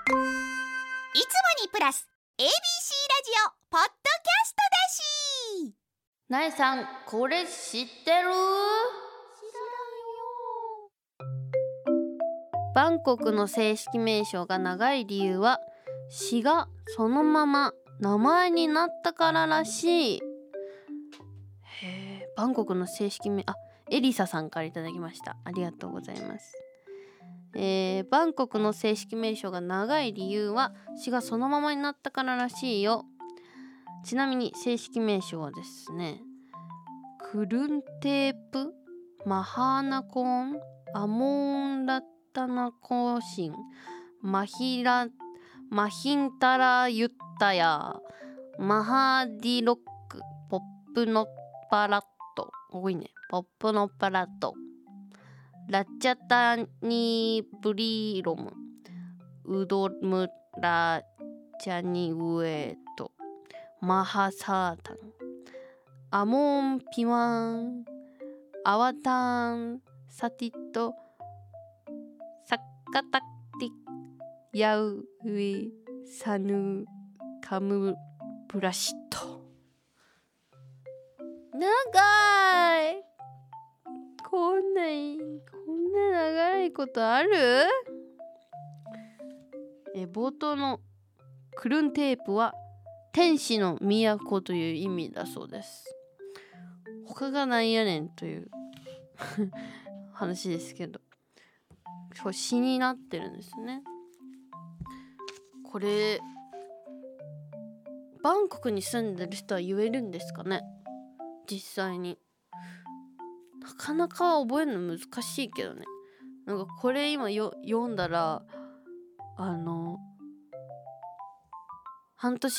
いつもにプラス ABC ラジオポッドキャストだし。 なえさん、これ知ってる？バンコクの正式名称が長い理由は詩がそのまま名前になったかららしい。バンコクの正式名、エリサさんからいただきました。ありがとうございます。バンコクの正式名称が長い理由は詩がそのままになったかららしいよ。ちなみに正式名称はですね、クルンテープマハーナコーンアモーンラッタナコーシンマヒンタラユッタヤマハディロックポップノッパラット、多いね、ポップノッパラットラッチャタニブリーロムウドムラチャニウエトマハサータンアモンピワンアワタンサティットサッカタティヤウイサヌカムブラシット。長い。こんな長いことある？冒頭のクルンテープは天使の都という意味だそうです。他がなんやねんという話ですけど、詩になってるんですね。これバンコクに住んでる人は言えるんですかね、実際に。なかなか覚えるの難しいけどね。なんかこれ今読んだら半年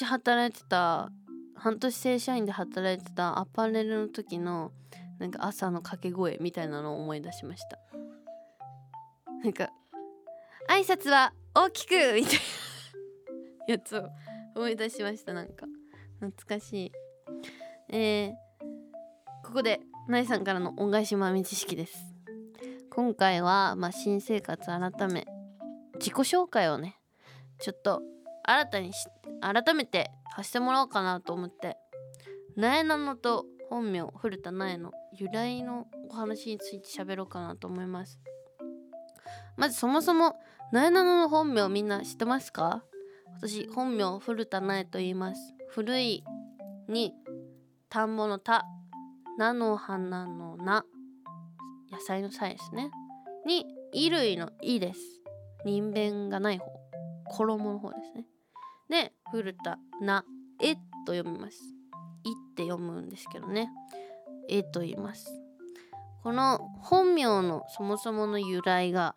正社員で働いてたアパレルの時のなんか朝の掛け声みたいなのを思い出しました。なんか挨拶は大きくみたいなやつを思い出しました。なんか懐かしい。ここでなえさんからの恩返し豆知識です。今回は、新生活改め自己紹介をねちょっと改めてさせてもらおうかなと思って、なえなのと本名古田なえの由来のお話について喋ろうかなと思います。まずそもそもなえなのの本名みんな知ってますか？私本名古田なえと言います。古いに田んぼの田、菜の花の菜、野菜の菜ですねに衣類の衣です。人弁がない方、衣の方ですね。で古田なえと読みます。いって読むんですけどね、えと言います。この本名のそもそもの由来が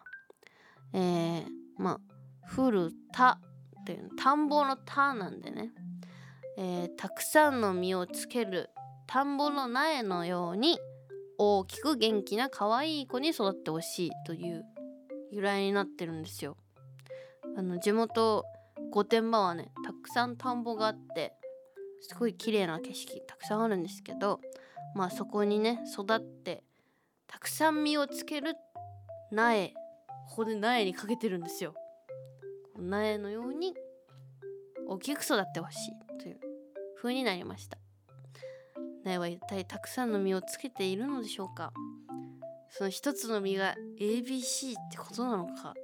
古田っていう田んぼの田なんでね、たくさんの実をつける田んぼの苗のように大きく元気な可愛い子に育ってほしいという由来になってるんですよ。地元御殿場はねたくさん田んぼがあってすごい綺麗な景色たくさんあるんですけど、そこにね育ってたくさん実をつける苗、ここで苗にかけてるんですよ。苗のように大きく育ってほしいという風になりました。苗は一体たくさんの実をつけているのでしょうか？その一つの実が ABC ってことなのか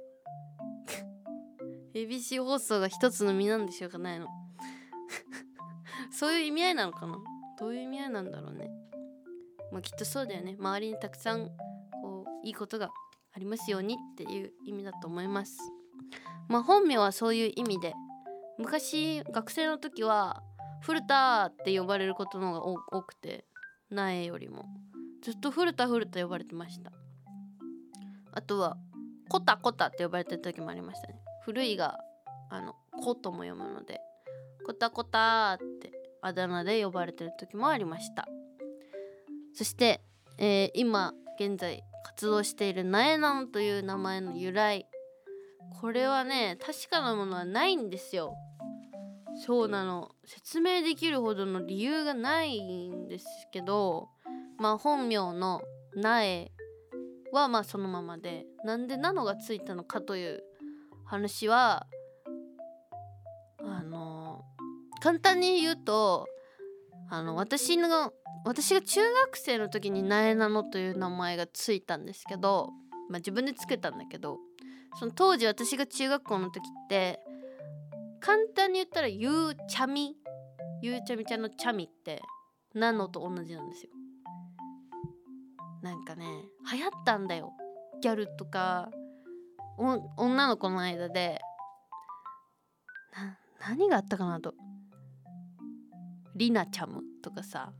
ABC 放送が一つの実なんでしょうか？ないのそういう意味合いなのかな？どういう意味合いなんだろうね。きっとそうだよね。周りにたくさんいいことがありますようにっていう意味だと思います。本名はそういう意味で、昔学生の時は古田って呼ばれることの方が多くて、苗よりもずっと古田呼ばれてました。あとはコタって呼ばれてる時もありましたね。古いがコとも読むのでコタってあだ名で呼ばれてる時もありました。そして、今現在活動しているなえなのという名前の由来、これはね確かなものはないんですよ。そうなの、説明できるほどの理由がないんですけど、本名のなえはそのままで、なんでなのがついたのかという話は簡単に言うと私が中学生の時になえなのという名前がついたんですけど、自分でつけたんだけど、その当時私が中学校の時って簡単に言ったらゆうちゃみちゃんのちゃみってなのと同じなんですよ。なんかね流行ったんだよ、ギャルとか女の子の間で。何があったかなと、リナちゃむとかさ、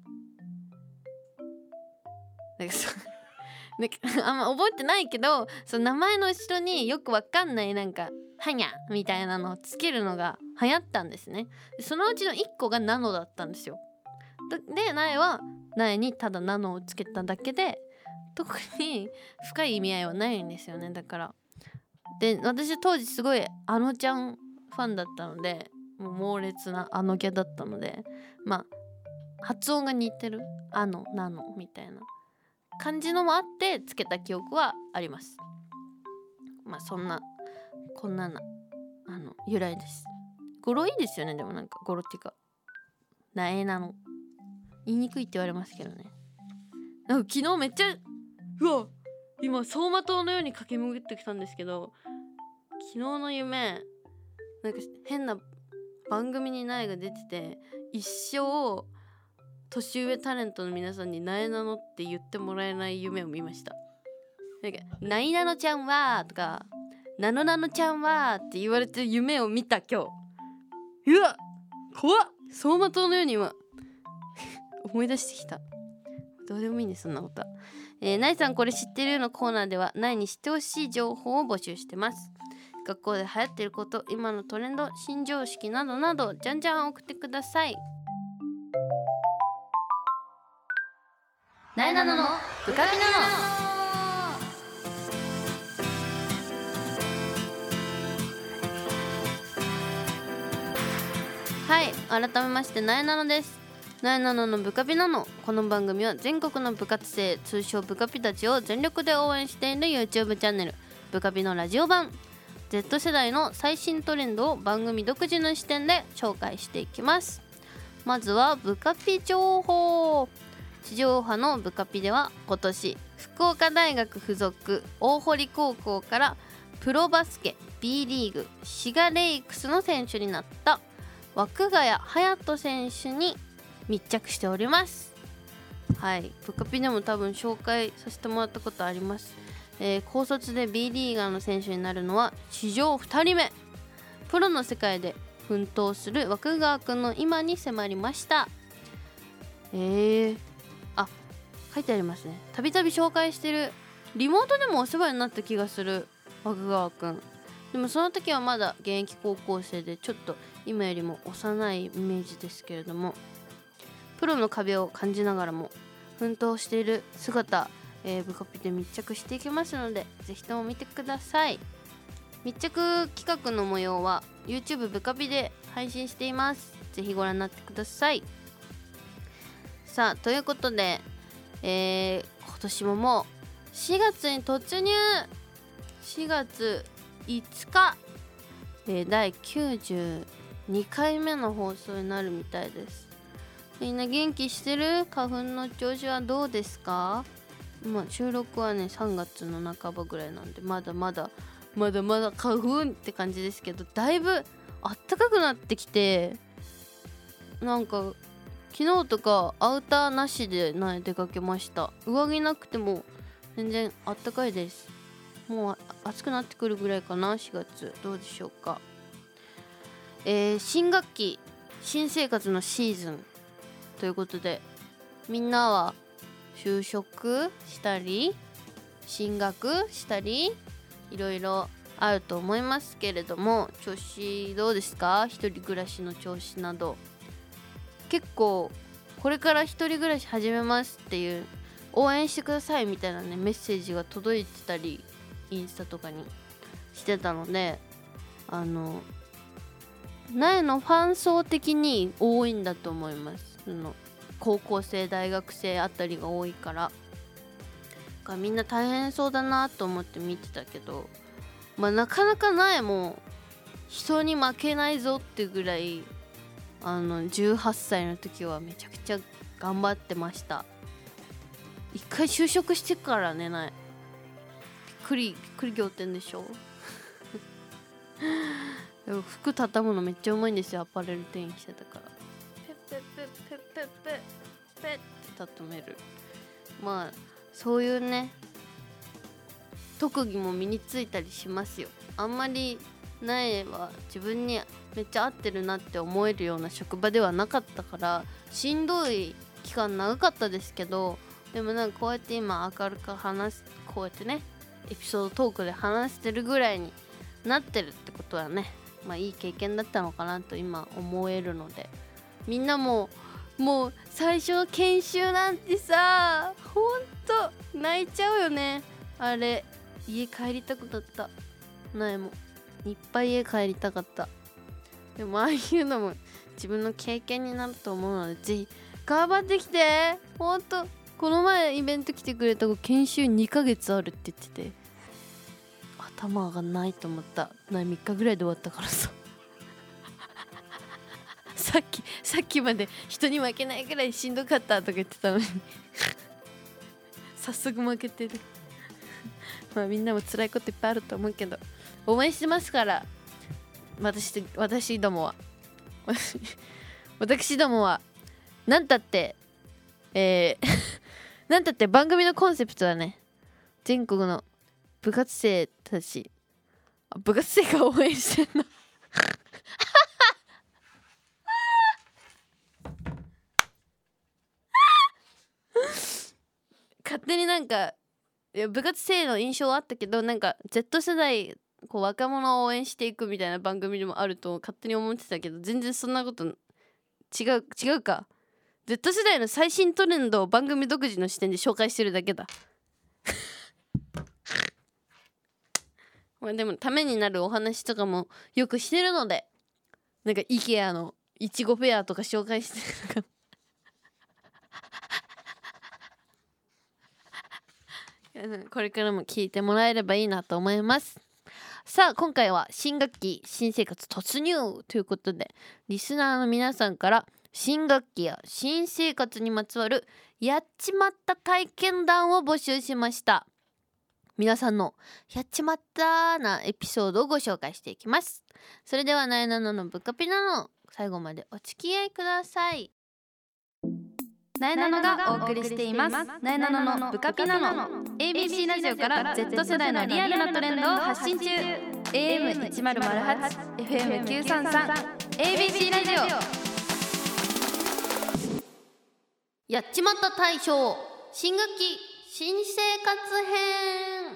なんかあんま覚えてないけど、その名前の後ろによくわかんないなんかはにゃみたいなのをつけるのが流行ったんですね。そのうちの1個がナノだったんですよ。で苗は苗にただナノをつけただけで、特に深い意味合いはないんですよね。だからで、私当時すごいあのちゃんファンだったので、もう猛烈なあのギャだったので、発音が似てるあのナノみたいな感じのもあってつけた記憶はあります。そんなこんなな由来です。語呂いいですよね。でもなんか語呂っていうかなえなの言いにくいって言われますけどね。なんか昨日めっちゃ今走馬灯のように駆け巡ってきたんですけど、昨日の夢なんか変な番組に苗が出てて、一生年上タレントの皆さんになえなのって言ってもらえない夢を見ました。なんかないなのちゃんはとかなのなのちゃんはって言われてる夢を見た今日。うわ怖っ、走馬灯のように今思い出してきた。どうでもいいねそんなこと。なえさんこれ知ってるのコーナーではなえに知ってほしい情報を募集してます。学校で流行ってること、今のトレンド、新常識などなどじゃんじゃん送ってください。なえなののブカピナノ。はい、改めましてなえなのです。なえなののブカピナノ。この番組は全国の部活生、通称ブカピたちを全力で応援している YouTube チャンネルブカピのラジオ版。 Z 世代の最新トレンドを番組独自の視点で紹介していきます。まずはブカピ情報。地上波のブカピでは今年福岡大学附属大堀高校からプロバスケ B リーグシガレイクスの選手になった枠ヶ谷隼人選手に密着しております。はい、ブカピでも多分紹介させてもらったことあります。高卒で B リーガーの選手になるのは史上2人目。プロの世界で奮闘する枠川くんの今に迫りました。書いてありますね。たびたび紹介してる、リモートでもお世話になった気がする枠川くん。でもその時はまだ現役高校生でちょっと今よりも幼いイメージですけれども、プロの壁を感じながらも奮闘している姿、ブカピで密着していきますのでぜひとも見てください。密着企画の模様は YouTube ブカピで配信しています。ぜひご覧になってください。さあということで、今年ももう4月に突入。4月5日、第92回目の放送になるみたいです。みんな元気してる？花粉の調子はどうですか？収録はね3月の半ばぐらいなんでまだまだ花粉って感じですけど、だいぶ暖かくなってきて、なんか昨日とかアウターなしで出かけました。上着なくても全然暖かいです。もう暑くなってくるぐらいかな。4月どうでしょうか。新学期新生活のシーズンということで、みんなは就職したり進学したりいろいろあると思いますけれども、調子どうですか？一人暮らしの調子など。結構これから一人暮らし始めますっていう応援してくださいみたいなねメッセージが届いてたりインスタとかにしてたので、苗のファン層的に多いんだと思います。高校生大学生あたりが多いからみんな大変そうだなと思って見てたけど、なかなか苗も人に負けないぞってぐらい 18歳の時はめちゃくちゃ頑張ってました。一回就職してからね、ないびっくり仰天でしょでも服畳むのめっちゃうまいんですよ。アパレル店員してたからペッペッペッペッペッペッペッって畳める。まあそういうね特技も身についたりしますよ。あんまり苗は自分にめっちゃ合ってるなって思えるような職場ではなかったからしんどい期間長かったですけど、でもなんかこうやって今明るくこうやってねエピソードトークで話してるぐらいになってるってことはね、まあいい経験だったのかなと今思えるので、みんなもう最初の研修なんてさほんと泣いちゃうよね。あれ家帰りたくなった。苗もいっぱい家帰りたかった。でもああいうのも自分の経験になると思うので、ぜひ頑張ってきて。ほんとこの前イベント来てくれた子研修2ヶ月あるって言ってて頭がないと思った。3日ぐらいで終わったからささっきまで人に負けないぐらいしんどかったとか言ってたのに早速負けてるまあみんなも辛いこといっぱいあると思うけど応援してますから。私どもは私どもはなんたってなんたって番組のコンセプトはね、全国の部活生たち、部活生が応援してんの勝手になんか部活生の印象はあったけど、なんか Z 世代こう若者を応援していくみたいな番組でもあると勝手に思ってたけど、全然そんなこと違うか。 Z 世代の最新トレンドを番組独自の視点で紹介してるだけだまあでもためになるお話とかもよくしてるので、なんか IKEA のいちごフェアとか紹介してるこれからも聞いてもらえればいいなと思います。さあ今回は新学期新生活突入ということで、リスナーの皆さんから新学期や新生活にまつわるやっちまった体験談を募集しました。皆さんのやっちまったなエピソードをご紹介していきます。それではなえなののブカピナの最後までお付き合いください。 なえなのがお送りしています。なえなののブカピナの ABC ラジオから Z 世代のリアルなトレンドを発信中。 AM1008 FM933 ABC ラジオ。 やっちまった大賞新学期新生活編。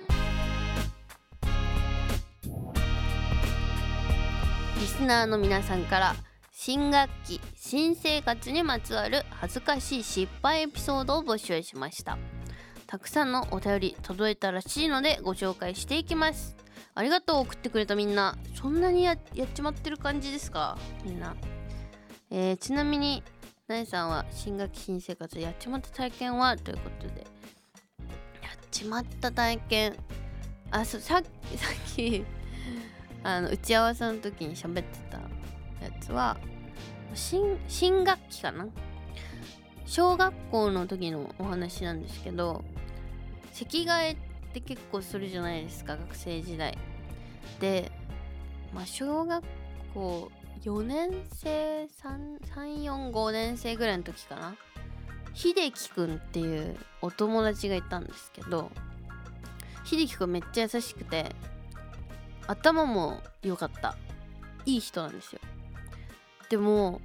リスナーの皆さんから新学期新生活にまつわる恥ずかしい失敗エピソードを募集しました。たくさんのお便り届いたらしいのでご紹介していきます。ありがとう送ってくれたみんな。そんなに やっちまってる感じですかみんな。ちなみになえさんは新学期新生活でやっちまった体験はということで、やっちまった体験、さっき打ち合わせの時に喋ってたやつは新学期かな、小学校の時のお話なんですけど、席替えって結構するじゃないですか学生時代で。小学校4年生345年生ぐらいの時かな、秀樹くんっていうお友達がいたんですけど、秀樹くんめっちゃ優しくて頭も良かった、いい人なんですよ。でも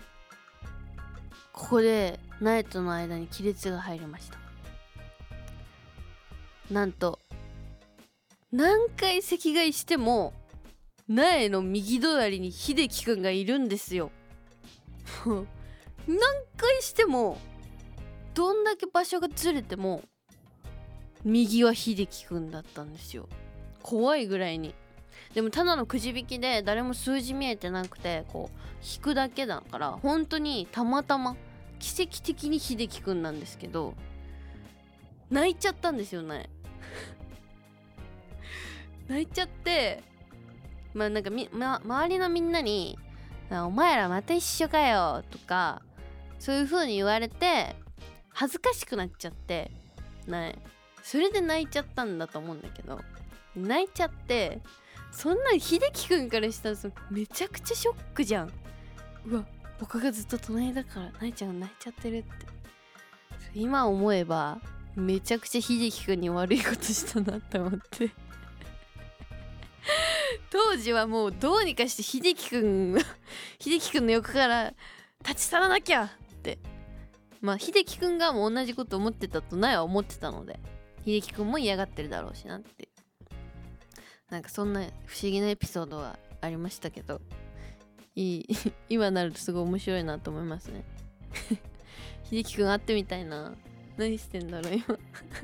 ここで苗との間に亀裂が入りました。なんと何回席替えしても苗の右隣に秀樹くんがいるんですよ何回してもどんだけ場所がずれても右は秀樹くんだったんですよ。怖いぐらいに。でもただのくじ引きで誰も数字見えてなくてこう引くだけだから本当にたまたま奇跡的に秀樹くんなんですけど、泣いちゃったんですよね泣いちゃって、なんか周りのみんなにお前らまた一緒かよとかそういう風に言われて恥ずかしくなっちゃってそれで泣いちゃったんだと思うんだけど、泣いちゃって、そんな秀樹くんからしたらめちゃくちゃショックじゃん。うわ、僕がずっと隣だから泣いちゃってるって。今思えばめちゃくちゃ秀樹くんに悪いことしたなって思って当時はもうどうにかして秀樹くんの横から立ち去らなきゃって、まあ秀樹くんがもう同じこと思ってたとは思ってたので、秀樹くんも嫌がってるだろうしなって、なんかそんな不思議なエピソードはありましたけど、今なるとすごい面白いなと思いますね秀樹くん会ってみたいな。何してんだろう今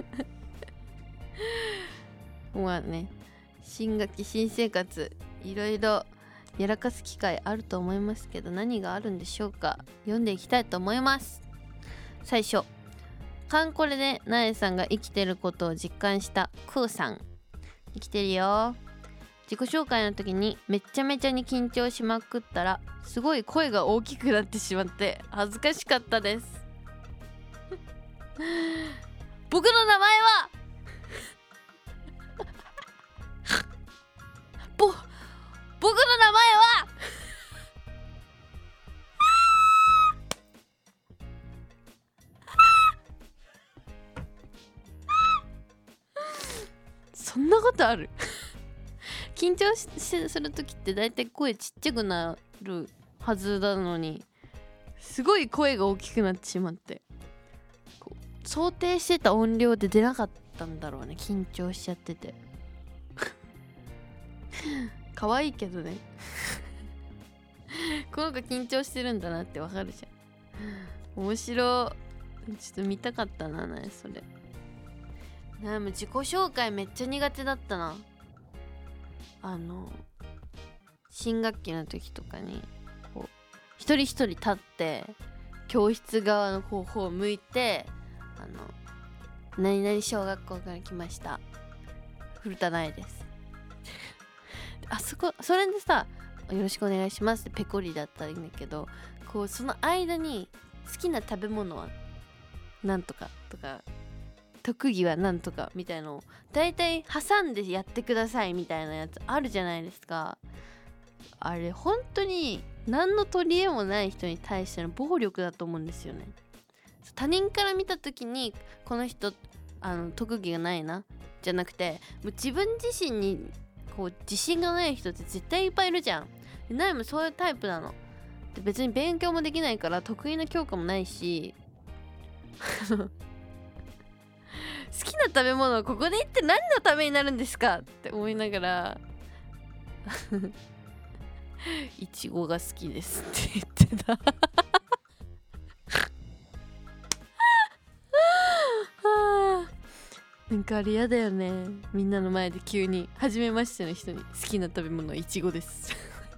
まあね、新学期新生活いろいろやらかす機会あると思いますけど、何があるんでしょうか。読んでいきたいと思います。最初、カンコレでなえさんが生きてることを実感したクーさん。生きてるよ。自己紹介の時にめちゃめちゃに緊張しまくったらすごい声が大きくなってしまって恥ずかしかったです僕の名前は僕の名前はそんなことある緊張する時ってだいたい声ちっちゃくなるはずなのに、すごい声が大きくなってしまって、想定してた音量で出なかったんだろうね。緊張しちゃってて可愛いけどねこの子緊張してるんだなってわかるじゃん。面白い。ちょっと見たかったな、それ。も自己紹介めっちゃ苦手だったな。新学期の時とかにこう一人一人立って教室側の方を向いて、何々小学校から来ました古田苗ですそれでさ、よろしくお願いしますってペコリだったらいいんだけど、こうその間に好きな食べ物はなんとかとか特技はなんとかみたいのをだいたい挟んでやってくださいみたいなやつあるじゃないですか。あれ本当に何の取り柄もない人に対しての暴力だと思うんですよね。他人から見た時にこの人特技がないなじゃなくて、もう自分自身にこう自信がない人って絶対いっぱいいるじゃん。ナイもそういうタイプなので、別に勉強もできないから得意な教科もないし好きな食べ物をここで言って何のためになるんですかって思いながらいちごが好きですって言ってたなんかあれ嫌だよね。みんなの前で急に初めましての人に好きな食べ物はいちごです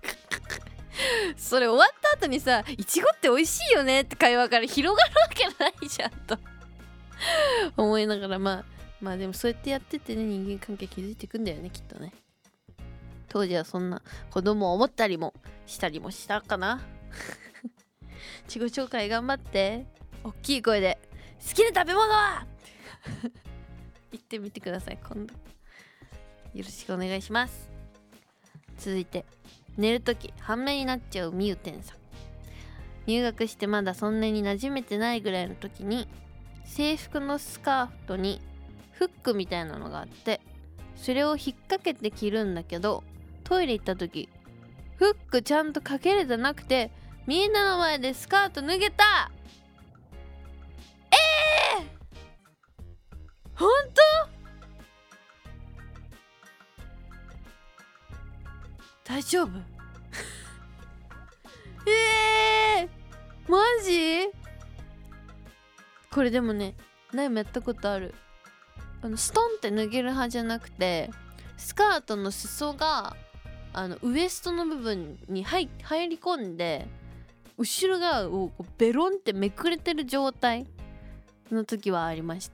それ終わった後にさ、いちごって美味しいよねって会話から広がるわけないじゃんと思いながら、まあでもそうやってやっててね、人間関係築いていくんだよね、きっとね。当時はそんな子供を思ったりもしたりもしたかな自己紹介頑張って大きい声で好きな食べ物は言ってみてください、今度。よろしくお願いします。続いて、寝るとき半目になっちゃうみゆてんさん。入学してまだそんなに馴染めてないぐらいの時に、制服のスカートにフックみたいなのがあって、それを引っ掛けて着るんだけど、トイレ行った時フックちゃんとかけれてなくて、みんなの前でスカート脱げた。ほんと？大丈夫？マジ？これでもね、何もやったことある。ストンって脱げる派じゃなくて、スカートの裾がウエストの部分に入り込んで、後ろ側をベロンってめくれてる状態の時はありました。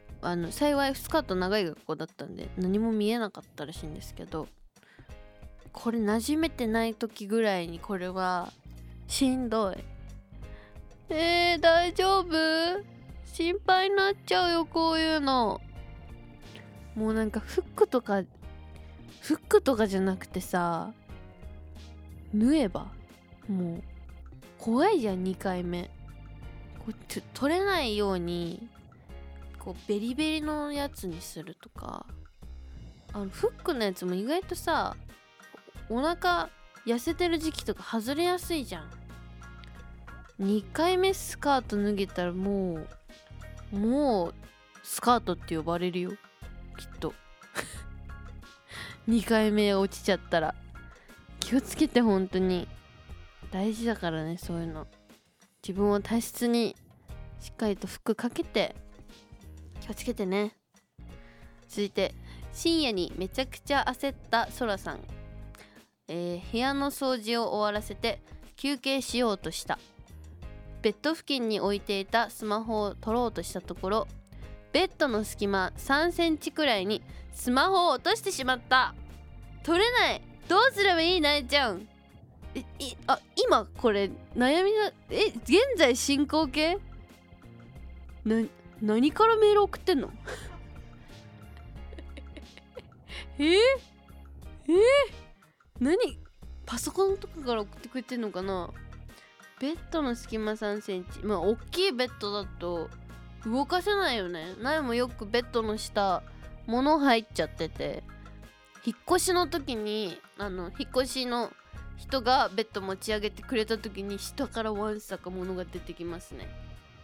幸いスカート長い学校だったんで何も見えなかったらしいんですけど、 これ馴染めてない時ぐらいにこれはしんどい。大丈夫？心配になっちゃうよこういうの。もうなんかフックとかじゃなくてさ、縫えばもう怖いじゃん。2回目こう取れないようにこうベリベリのやつにするとか。フックのやつも意外とさ、お腹痩せてる時期とか外れやすいじゃん。2回目スカート脱げたらもうスカートって呼ばれるよきっと2回目落ちちゃったら。気をつけて、本当に大事だからね、そういうの。自分を大切にしっかりと服かけて気をつけてね。続いて、深夜にめちゃくちゃ焦ったそらさん。部屋の掃除を終わらせて休憩しようとした。ベッド付近に置いていたスマホを取ろうとしたところ、ベッドの隙間3センチくらいにスマホを落としてしまった。取れない。どうすればいい？なえちゃん。今これ悩みが現在進行形？何からメール送ってんの？何？パソコンとかから送ってくれてんのかな。ベッドの隙間3センチ、まあ大きいベッドだと動かせないよね。苗もよくベッドの下物入っちゃってて、引っ越しの時に引っ越しの人がベッド持ち上げてくれた時に下からわんさか物が出てきますね。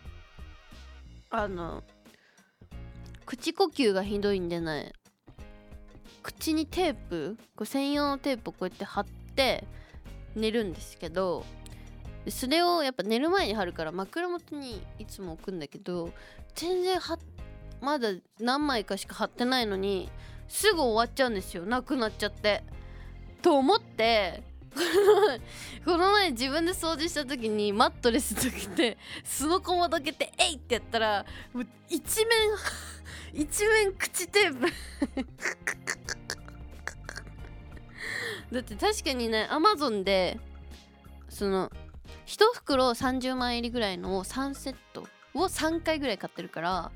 口呼吸がひどいんでない。口にテープ、専用のテープをこうやって貼って寝るんですけど、それをやっぱ寝る前に貼るから枕元にいつも置くんだけど、全然まだ何枚かしか貼ってないのにすぐ終わっちゃうんですよ。なくなっちゃってと思って、この前自分で掃除した時にマットレスときてその子もどけてえいってやったら、もう一面口テープだって確かにね、アマゾンでその1袋30枚入りぐらいのを3セットを3回ぐらい買ってるから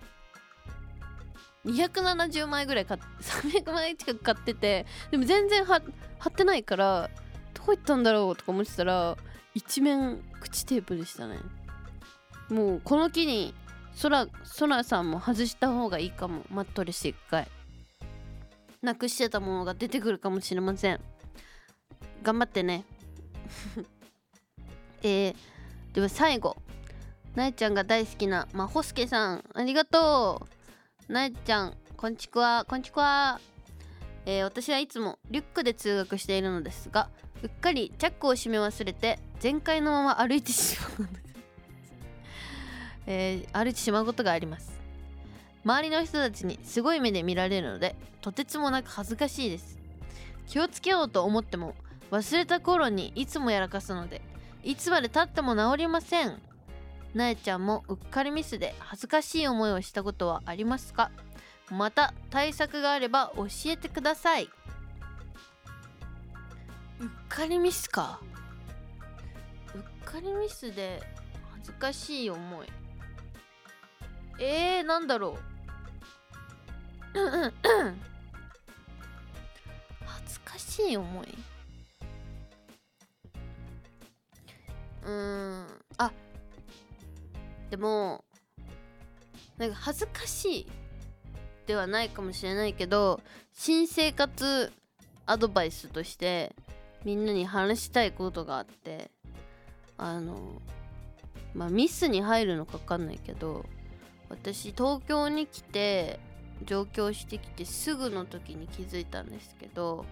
270枚ぐらい300枚近く買ってて、でも全然貼ってないからどこ行ったんだろうとか思ってたら一面口テープでしたね。もうこの機にそらさんも外した方がいいかも。マットレス1回なくしてたものが出てくるかもしれません。頑張ってねでは最後、なえちゃんが大好きなまほすけさん、ありがとう。なえちゃん、こんちくわ。私はいつもリュックで通学しているのですが、うっかりチャックを閉め忘れて全開のまま歩いてしまう歩いてしまうことがあります。周りの人たちにすごい目で見られるのでとてつもなく恥ずかしいです。気をつけようと思っても忘れた頃にいつもやらかすので、いつまで経っても治りません。なえちゃんもうっかりミスで恥ずかしい思いをしたことはありますか？また対策があれば教えてください。うっかりミスか。うっかりミスで恥ずかしい思い、なんだろう恥ずかしい思い、でもなんか恥ずかしいではないかもしれないけど、新生活アドバイスとしてみんなに話したいことがあって、ミスに入るのか分かんないけど、私東京に来て上京してきてすぐの時に気づいたんですけど、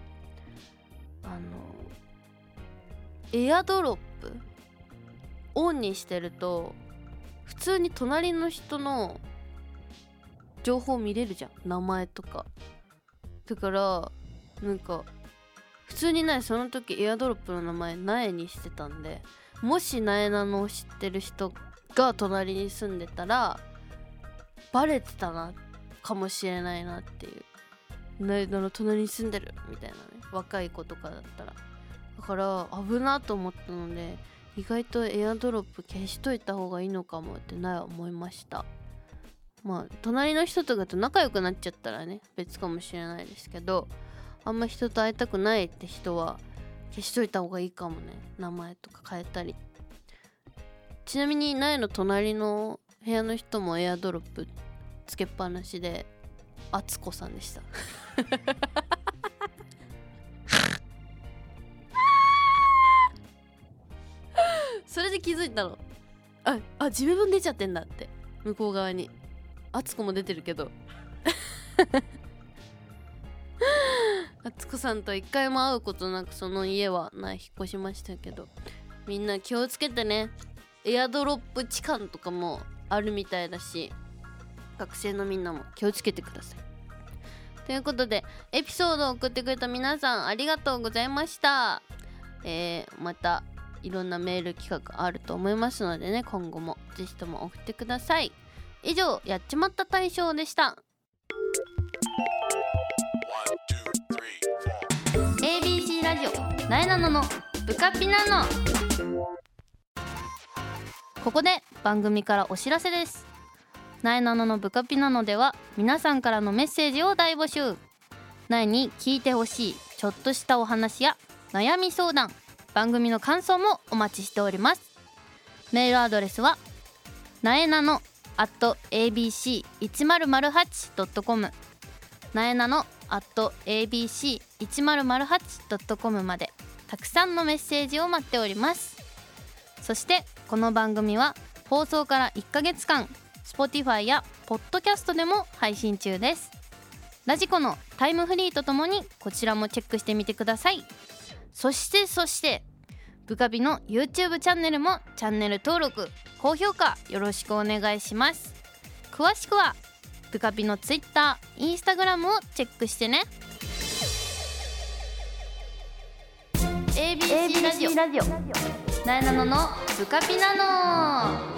エアドロップオンにしてると普通に隣の人の情報見れるじゃん、名前とか。だからなんか普通にその時エアドロップの名前苗にしてたんで、もし苗なのを知ってる人が隣に住んでたらバレてたなかもしれないなっていう。苗なの隣に住んでるみたいなね。 若い子とかだったら。だから危なと思ったので、意外とエアドロップ消しといた方がいいのかもって思いました。まあ隣の人とかと仲良くなっちゃったらね別かもしれないですけど、あんま人と会いたくないって人は消しといた方がいいかもね。名前とか変えたり。ちなみに苗の隣の部屋の人もエアドロップつけっぱなしで、あつこさんでしたそれで気づいたの。自分出ちゃってんだって。向こう側にあつこも出てるけどあつこさんと一回も会うことなくその家は引っ越しましたけど、みんな気をつけてね。エアドロップ痴漢とかもあるみたいだし、学生のみんなも気をつけてください。ということでエピソードを送ってくれた皆さんありがとうございました。またいろんなメール企画あると思いますのでね、今後もぜひとも送ってください。以上、やっちまった大賞でした。 ABC ラジオなえなののブカピナノ。ここで番組からお知らせです。なえなののブカピナノでは皆さんからのメッセージを大募集。なえに聞いてほしいちょっとしたお話や悩み相談、番組の感想もお待ちしております。メールアドレスはなえなの@abc1008.com、 なえなの@abc1008.com までたくさんのメッセージを待っております。そしてこの番組は放送から1ヶ月間 Spotify や Podcast でも配信中です。ラジコのタイムフリーとともにこちらもチェックしてみてください。そしてブカビの YouTube チャンネルもチャンネル登録高評価よろしくお願いします。詳しくはブカビの Twitter、Instagram をチェックしてね。 ABC ラジオなえなののブカピナノ。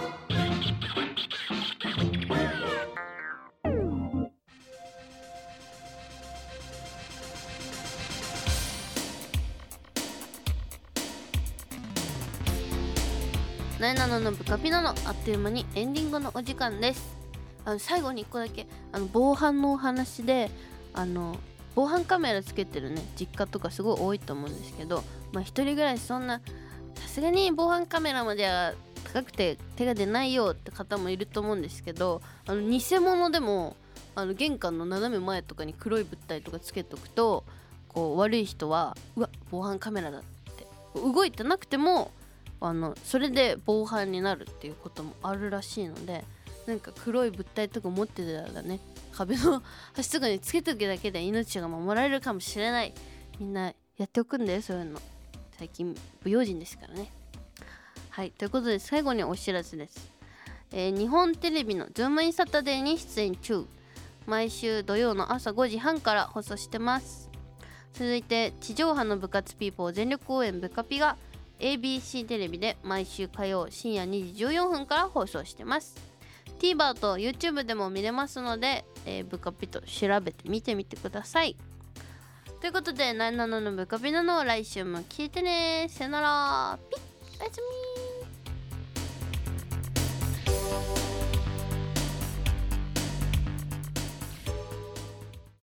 なえなののブカピナノ、あっという間にエンディングのお時間です。最後に1個だけ防犯のお話で、防犯カメラつけてるね実家とかすごい多いと思うんですけど、一人暮らしそんなさすがに防犯カメラまでは高くて手が出ないよって方もいると思うんですけど、偽物でも玄関の斜め前とかに黒い物体とかつけとくと、こう悪い人はうわ防犯カメラだって動いてなくてもそれで防犯になるっていうこともあるらしいので、なんか黒い物体とか持ってたらね、壁の端とかにつけとくだけで命が守られるかもしれない。みんなやっておくんだよ、そういうの。最近不用心ですからね。はい、ということで最後にお知らせです。日本テレビのズームインサタデーに出演中。毎週土曜の朝5時半から放送してます。続いて地上波の部活ピーポー全力応援ブカピがABC テレビで毎週火曜深夜2時14分から放送してます。 TVer と YouTube でも見れますので、ブカピと調べてみてみてください。ということでなえなののブカピナノ、来週も聞いてね。さよなら、ピッ、おやすみ。